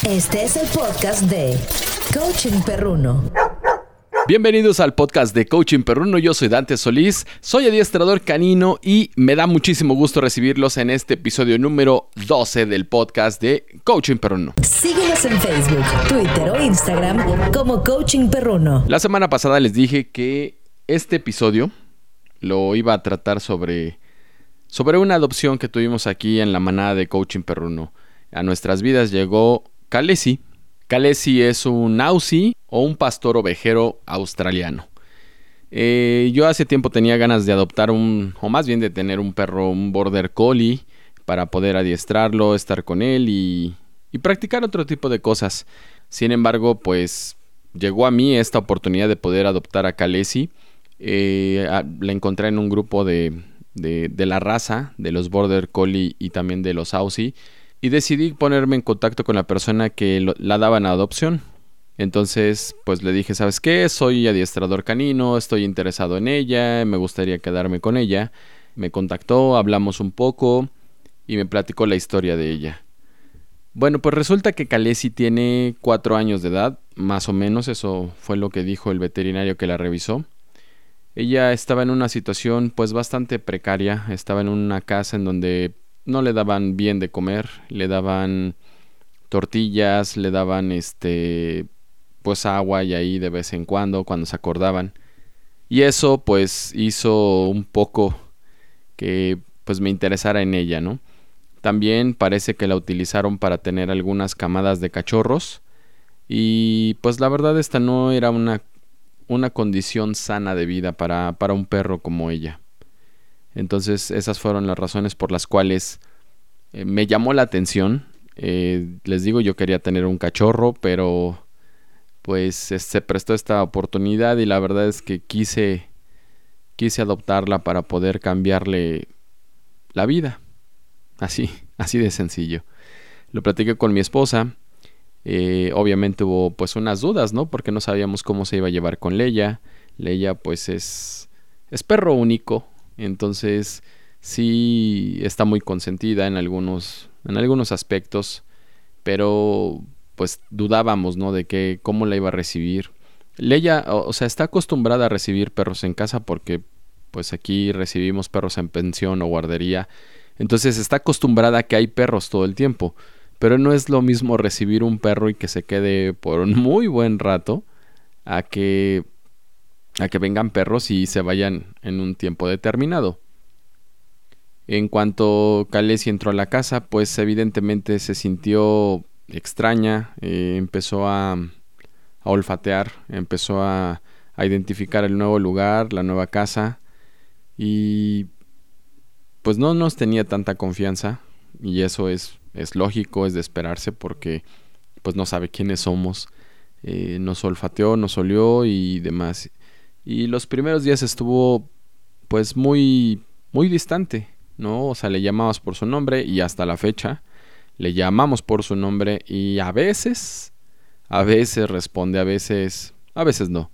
Este es el podcast de Coaching Perruno. Bienvenidos al podcast de Coaching Perruno. Yo soy Dante Solís, soy adiestrador canino y me da muchísimo gusto recibirlos en este episodio número 12 del podcast de Coaching Perruno. Síguenos en Facebook, Twitter o Instagram como Coaching Perruno. La semana pasada les dije que este episodio lo iba a tratar sobre una adopción que tuvimos aquí en la manada de Coaching Perruno. A nuestras vidas llegó Kalesi. Kalesi es un Aussie o un pastor ovejero australiano. Yo hace tiempo tenía ganas de adoptar o más bien de tener un perro, un border collie, para poder adiestrarlo, estar con él y practicar otro tipo de cosas. Sin embargo, pues llegó a mí esta oportunidad de poder adoptar a Kalesi. La encontré en un grupo de la raza, de los border collie y también de los Aussie. Y decidí ponerme en contacto con la persona que la daba en adopción. Entonces, pues le dije, ¿sabes qué? Soy adiestrador canino, estoy interesado en ella, me gustaría quedarme con ella. Me contactó, hablamos un poco y me platicó la historia de ella. Bueno, pues resulta que Kalesi tiene 4 años de edad, más o menos, eso fue lo que dijo el veterinario que la revisó. Ella estaba en una situación pues bastante precaria, estaba en una casa en donde no le daban bien de comer, le daban tortillas, le daban pues agua y ahí de vez en cuando se acordaban. Y eso pues hizo un poco que pues me interesara en ella, ¿no? También parece que la utilizaron para tener algunas camadas de cachorros y pues la verdad esta no era una condición sana de vida para un perro como ella. Entonces esas fueron las razones por las cuales me llamó la atención. Les digo, yo quería tener un cachorro, pero pues se prestó esta oportunidad y la verdad es que quise adoptarla para poder cambiarle la vida. Así de sencillo. Lo platiqué con mi esposa. Obviamente hubo pues unas dudas, ¿no? Porque no sabíamos cómo se iba a llevar con Leia. Leia pues es perro único. Entonces sí está muy consentida en algunos aspectos, pero pues dudábamos, ¿no? De cómo la iba a recibir. Leia, o sea, está acostumbrada a recibir perros en casa porque pues aquí recibimos perros en pensión o guardería. Entonces está acostumbrada a que hay perros todo el tiempo, pero no es lo mismo recibir un perro y que se quede por un muy buen rato a que vengan perros y se vayan en un tiempo determinado. En cuanto Kalesi entró a la casa, pues evidentemente se sintió extraña, empezó a olfatear, empezó a identificar el nuevo lugar, la nueva casa y pues no nos tenía tanta confianza y eso es lógico, es de esperarse porque pues no sabe quiénes somos. Nos olfateó, nos olió y demás. Y los primeros días estuvo pues muy, muy distante, ¿no? O sea, le llamabas por su nombre y hasta la fecha le llamamos por su nombre y a veces responde, a veces no.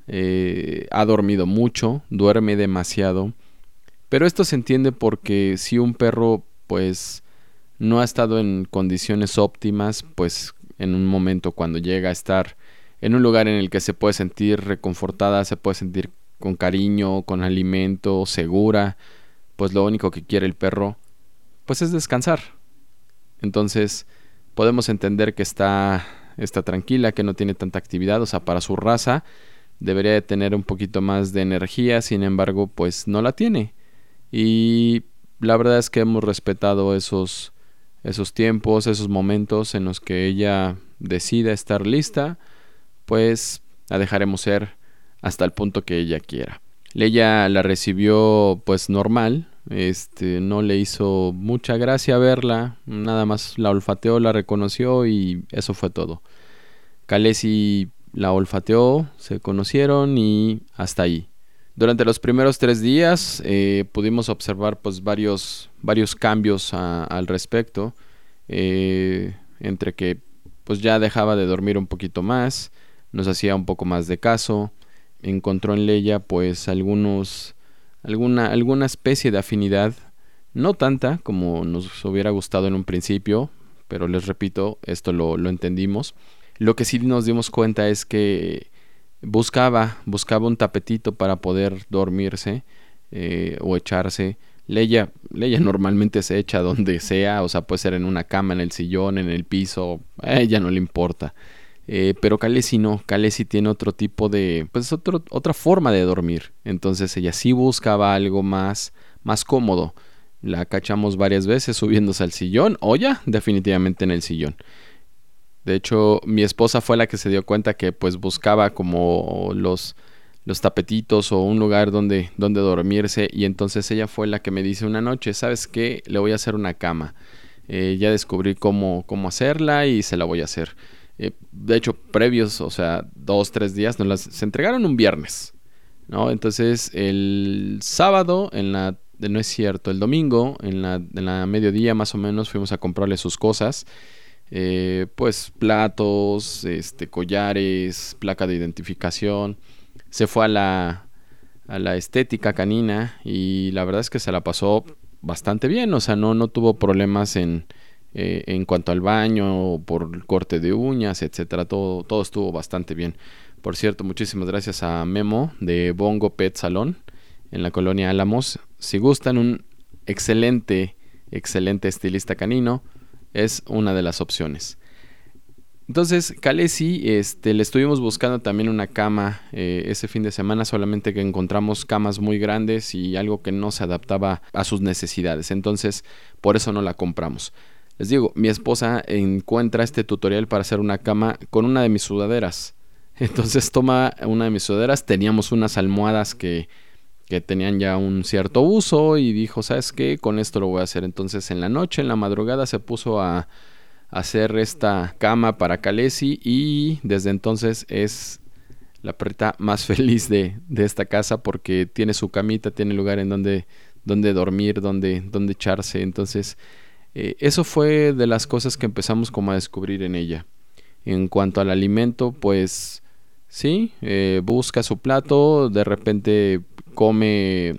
Ha dormido mucho, duerme demasiado, pero esto se entiende porque si un perro pues no ha estado en condiciones óptimas, pues en un momento cuando llega a estar en un lugar en el que se puede sentir reconfortada, se puede sentir con cariño, con alimento, segura, pues lo único que quiere el perro pues es descansar. Entonces podemos entender que está tranquila, que no tiene tanta actividad, o sea, para su raza debería de tener un poquito más de energía, sin embargo pues no la tiene. Y la verdad es que hemos respetado esos tiempos, esos momentos en los que ella decida estar lista, pues la dejaremos ser hasta el punto que ella quiera. Leia la recibió pues normal, no le hizo mucha gracia verla, nada más la olfateó, la reconoció y eso fue todo. Kalesi la olfateó, se conocieron y hasta ahí. Durante los primeros 3 días pudimos observar pues varios cambios al respecto, entre que pues ya dejaba de dormir un poquito más, nos hacía un poco más de caso, encontró en Leia pues alguna especie de afinidad, no tanta como nos hubiera gustado en un principio, pero les repito, esto lo entendimos. Lo que sí nos dimos cuenta es que buscaba un tapetito para poder dormirse o echarse. Leia normalmente se echa donde sea, o sea, puede ser en una cama, en el sillón, en el piso, a ella no le importa. Pero Khaleesi no, Khaleesi tiene otro tipo de, pues otra forma de dormir. Entonces ella sí buscaba algo más cómodo. La cachamos varias veces subiéndose al sillón o ya definitivamente en el sillón. De hecho, mi esposa fue la que se dio cuenta que pues buscaba como los tapetitos o un lugar donde dormirse, y entonces ella fue la que me dice una noche, ¿sabes qué? Le voy a hacer una cama. Ya descubrí cómo hacerla y se la voy a hacer. De hecho, previos, o sea, 2-3 días, se entregaron un viernes, ¿no? Entonces, el sábado, no es cierto, el domingo, en la mediodía más o menos, fuimos a comprarle sus cosas. Pues platos, collares, placa de identificación. Se fue a la estética canina y la verdad es que se la pasó bastante bien. O sea, no tuvo problemas en cuanto al baño, por el corte de uñas, etcétera. Todo estuvo bastante bien. Por cierto, muchísimas gracias a Memo de Bongo Pet Salón en la colonia Álamos. Si gustan un excelente estilista canino, es una de las opciones. Entonces, Khaleesi, le estuvimos buscando también una cama ese fin de semana, solamente que encontramos camas muy grandes y algo que no se adaptaba a sus necesidades. Entonces, por eso no la compramos. Les digo, mi esposa encuentra este tutorial para hacer una cama con una de mis sudaderas. Entonces toma una de mis sudaderas, teníamos unas almohadas que tenían ya un cierto uso y dijo, ¿sabes qué? Con esto lo voy a hacer. Entonces en la noche, en la madrugada, se puso a hacer esta cama para Khaleesi y desde entonces es la perrita más feliz de esta casa porque tiene su camita, tiene lugar en donde dormir, donde echarse. Entonces eso fue de las cosas que empezamos como a descubrir en ella. En cuanto al alimento, pues sí, busca su plato, de repente come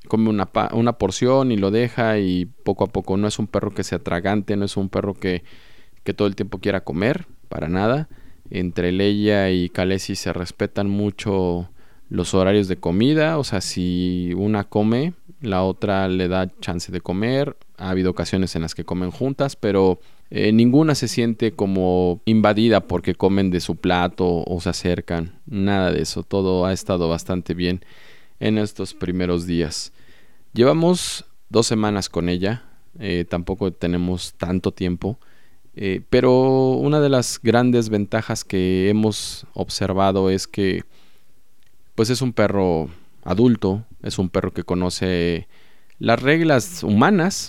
una porción y lo deja y poco a poco. No es un perro que se atragante, no es un perro que todo el tiempo quiera comer, para nada. Entre Leia y Khaleesi se respetan mucho los horarios de comida, o sea, si una come, la otra le da chance de comer. Ha habido ocasiones en las que comen juntas, pero ninguna se siente como invadida porque comen de su plato o se acercan. Nada de eso, todo ha estado bastante bien en estos primeros días. Llevamos 2 semanas con ella, tampoco tenemos tanto tiempo. Pero una de las grandes ventajas que hemos observado es que pues es un perro adulto, es un perro que conoce las reglas humanas.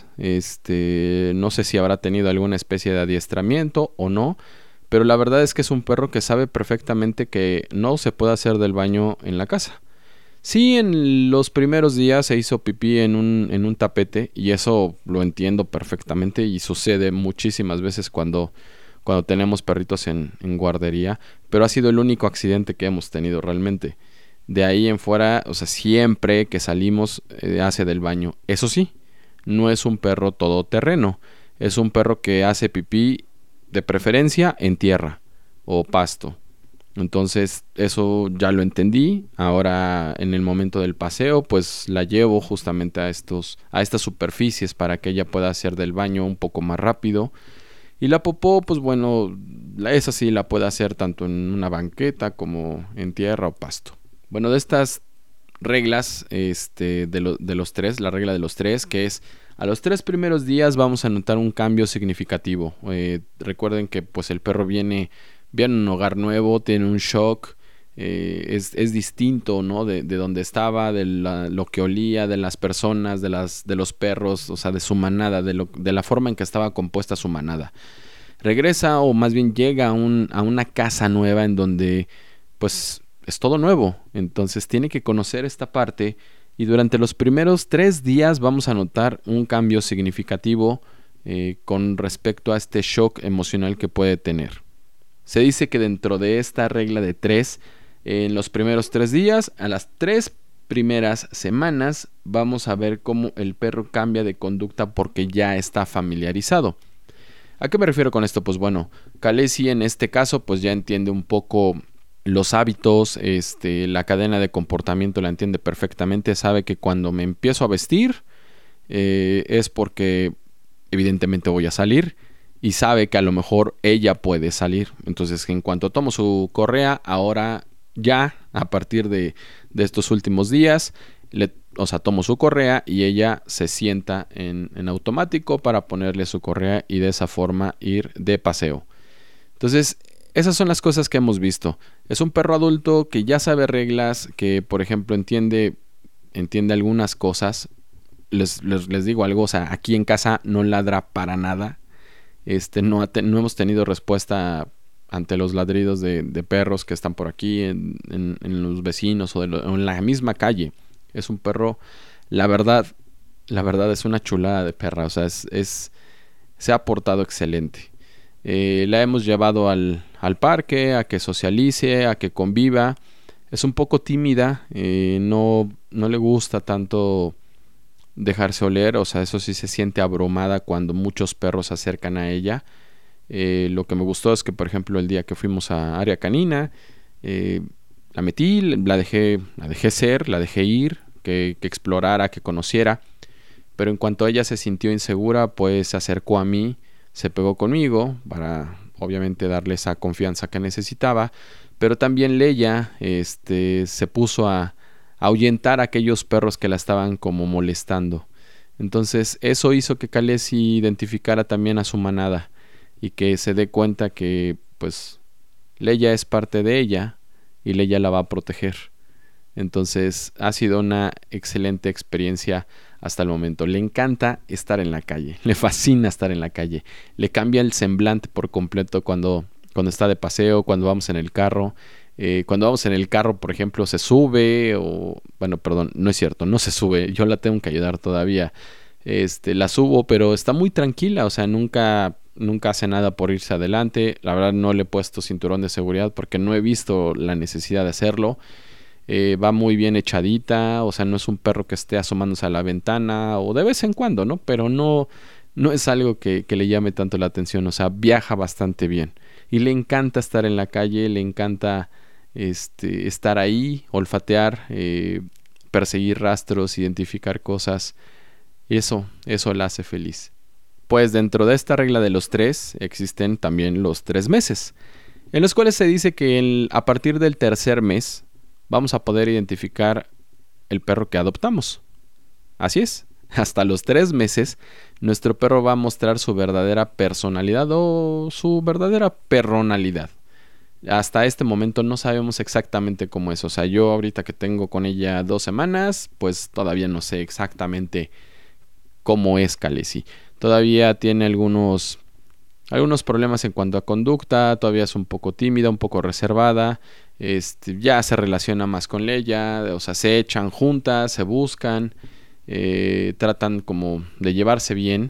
No sé si habrá tenido alguna especie de adiestramiento o no, pero la verdad es que es un perro que sabe perfectamente que no se puede hacer del baño en la casa. Sí, en los primeros días se hizo pipí en un tapete y eso lo entiendo perfectamente y sucede muchísimas veces cuando tenemos perritos en guardería, pero ha sido el único accidente que hemos tenido realmente. De ahí en fuera, o sea, siempre que salimos hace del baño. Eso sí, no es un perro todoterreno, es un perro que hace pipí de preferencia en tierra o pasto. Entonces eso ya lo entendí. Ahora en el momento del paseo pues la llevo justamente a estas superficies para que ella pueda hacer del baño un poco más rápido. Y la popó pues bueno, esa sí la puede hacer tanto en una banqueta como en tierra o pasto. Bueno, de estas reglas de los 3, la regla de los 3, que es a los 3 primeros días vamos a notar un cambio significativo. Recuerden que pues el perro viene a un hogar nuevo, tiene un shock, es distinto, ¿no? De donde estaba, lo que olía, de las personas, de los perros, o sea, de su manada, de la forma en que estaba compuesta su manada. Regresa, o más bien llega a una casa nueva en donde pues es todo nuevo. Entonces tiene que conocer esta parte y durante los primeros 3 días vamos a notar un cambio significativo con respecto a este shock emocional que puede tener. Se dice que dentro de esta regla de 3, en los primeros 3 días, a las 3 primeras semanas, vamos a ver cómo el perro cambia de conducta porque ya está familiarizado. ¿A qué me refiero con esto? Pues bueno, Khaleesi en este caso pues ya entiende un poco los hábitos, la cadena de comportamiento la entiende perfectamente, sabe que cuando me empiezo a vestir es porque evidentemente voy a salir y sabe que a lo mejor ella puede salir. Entonces en cuanto tomo su correa, ahora ya a partir de estos últimos días, tomo su correa y ella se sienta en automático para ponerle su correa y de esa forma ir de paseo. Entonces, esas son las cosas que hemos visto. Es un perro adulto que ya sabe reglas, que por ejemplo entiende algunas cosas. Les digo algo, o sea, aquí en casa no ladra para nada. No hemos tenido respuesta ante los ladridos de perros que están por aquí en los vecinos o en la misma calle. Es un perro, la verdad es una chulada de perra, o sea, se ha portado excelente. La hemos llevado al parque, a que socialice, a que conviva. Es un poco tímida, no le gusta tanto dejarse oler, o sea, eso sí se siente abrumada cuando muchos perros se acercan a ella. Lo que me gustó es que, por ejemplo, el día que fuimos a área canina, la metí, la dejé ser, la dejé ir, que explorara, que conociera. Pero en cuanto ella se sintió insegura, pues se acercó a mí, se pegó conmigo para obviamente darle esa confianza que necesitaba. Pero también Leia se puso a ahuyentar a aquellos perros que la estaban como molestando. Entonces eso hizo que Khaleesi identificara también a su manada y que se dé cuenta que pues Leia es parte de ella y Leia la va a proteger. Entonces ha sido una excelente experiencia hasta el momento. Le encanta estar en la calle, le fascina estar en la calle, le cambia el semblante por completo cuando está de paseo, cuando vamos en el carro. Cuando vamos en el carro, por ejemplo, se sube no es cierto, no se sube, yo la tengo que ayudar todavía. La subo, pero está muy tranquila, o sea, nunca hace nada por irse adelante. La verdad no le he puesto cinturón de seguridad porque no he visto la necesidad de hacerlo. Va muy bien echadita, o sea, no es un perro que esté asomándose a la ventana o de vez en cuando, ¿no? Pero no es algo que le llame tanto la atención, o sea, viaja bastante bien y le encanta estar en la calle, le encanta estar ahí, olfatear, perseguir rastros, identificar cosas, y eso la hace feliz. Pues dentro de esta regla de los 3 existen también los 3 meses, en los cuales se dice que a partir del tercer mes vamos a poder identificar el perro que adoptamos. Así es, hasta los 3 meses nuestro perro va a mostrar su verdadera personalidad o su verdadera perronalidad. Hasta este momento no sabemos exactamente cómo es. O sea, yo ahorita que tengo con ella 2 semanas, pues todavía no sé exactamente cómo es Khaleesi. Todavía tiene algunos problemas en cuanto a conducta, todavía es un poco tímida, un poco reservada. Ya se relaciona más con Leia, o sea, se echan juntas, se buscan, tratan como de llevarse bien,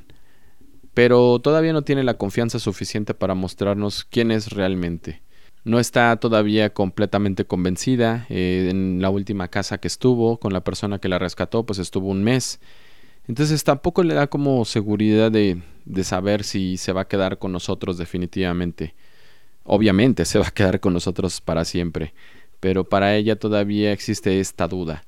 pero todavía no tiene la confianza suficiente para mostrarnos quién es realmente. No está todavía completamente convencida. En la última casa que estuvo con la persona que la rescató, pues estuvo 1 mes. Entonces tampoco le da como seguridad de saber si se va a quedar con nosotros definitivamente. Obviamente se va a quedar con nosotros para siempre, pero para ella todavía existe esta duda.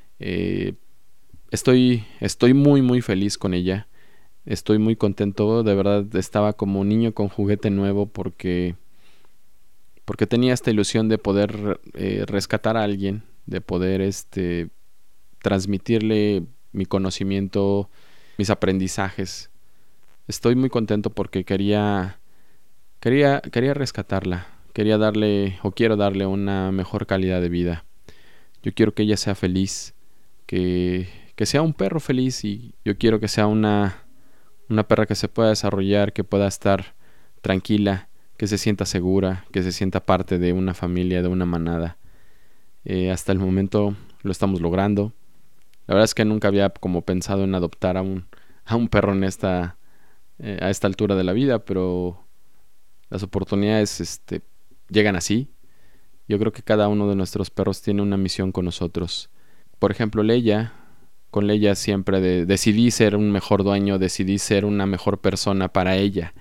Estoy muy muy feliz con ella. Estoy muy contento, de verdad estaba como un niño con juguete nuevo porque tenía esta ilusión de poder rescatar a alguien, de poder transmitirle mi conocimiento, mis aprendizajes. Estoy muy contento porque quería rescatarla, quiero darle una mejor calidad de vida. Yo quiero que ella sea feliz, que sea un perro feliz, y yo quiero que sea una perra que se pueda desarrollar, que pueda estar tranquila, que se sienta segura, que se sienta parte de una familia, de una manada. Hasta el momento lo estamos logrando. La verdad es que nunca había como pensado en adoptar a un perro a esta altura de la vida, pero las oportunidades llegan así. Yo creo que cada uno de nuestros perros tiene una misión con nosotros. Por ejemplo, con Leia siempre decidí ser un mejor dueño, decidí ser una mejor persona para ella,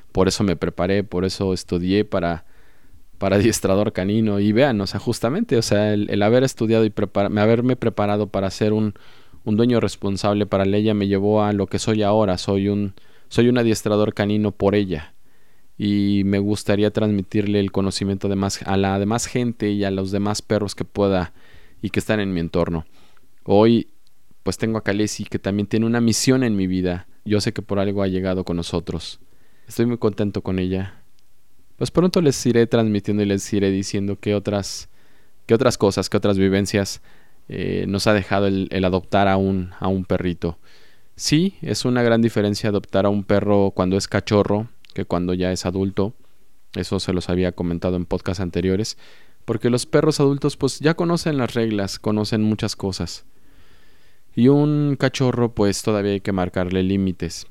Por eso me preparé, por eso estudié para adiestrador canino. Y vean, o sea, justamente, o sea, el haber estudiado y haberme preparado para ser un dueño responsable para ella me llevó a lo que soy ahora. Soy un adiestrador canino por ella. Y me gustaría transmitirle el conocimiento a la demás gente y a los demás perros que pueda y que están en mi entorno. Hoy pues tengo a Kalesi, que también tiene una misión en mi vida. Yo sé que por algo ha llegado con nosotros. Estoy muy contento con ella. Pues pronto les iré transmitiendo y les iré diciendo qué otras cosas, qué otras vivencias nos ha dejado el adoptar a un perrito. Sí, es una gran diferencia adoptar a un perro cuando es cachorro que cuando ya es adulto. Eso se los había comentado en podcasts anteriores, porque los perros adultos pues ya conocen las reglas, conocen muchas cosas. Y un cachorro pues todavía hay que marcarle límites.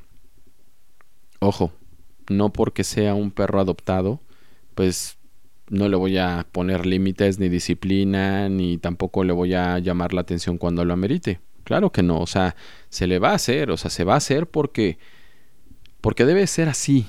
Ojo, no porque sea un perro adoptado, pues no le voy a poner límites ni disciplina, ni tampoco le voy a llamar la atención cuando lo amerite. Claro que no, o sea, se le va a hacer, o sea, se va a hacer porque debe ser así.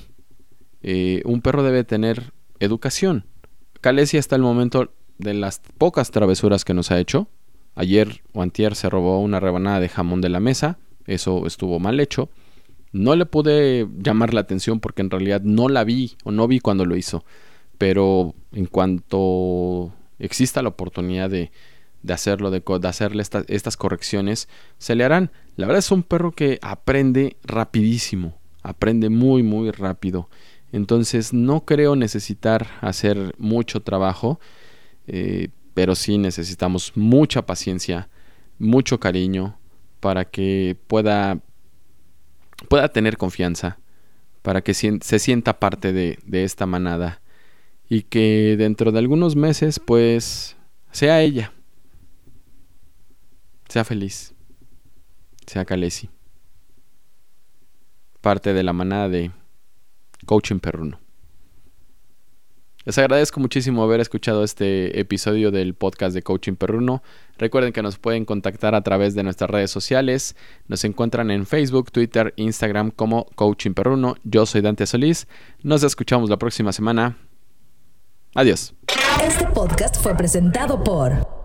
Un perro debe tener educación. Kalesi hasta el momento, de las pocas travesuras que nos ha hecho, ayer o antier se robó una rebanada de jamón de la mesa. Eso estuvo mal hecho. No le pude llamar la atención porque en realidad no la vi o no vi cuando lo hizo. Pero en cuanto exista la oportunidad de hacerlo, de hacerle estas correcciones, se le harán. La verdad es un perro que aprende rapidísimo. Aprende muy muy rápido. Entonces no creo necesitar hacer mucho trabajo, pero sí necesitamos mucha paciencia, mucho cariño para que pueda tener confianza, para que se sienta parte de esta manada y que dentro de algunos meses pues sea ella, sea feliz, sea Kalesi, parte de la manada de Coaching Perruno. Les agradezco muchísimo haber escuchado este episodio del podcast de Coaching Perruno. Recuerden que nos pueden contactar a través de nuestras redes sociales. Nos encuentran en Facebook, Twitter, Instagram como Coaching Perruno. Yo soy Dante Solís. Nos escuchamos la próxima semana. Adiós. Este podcast fue presentado por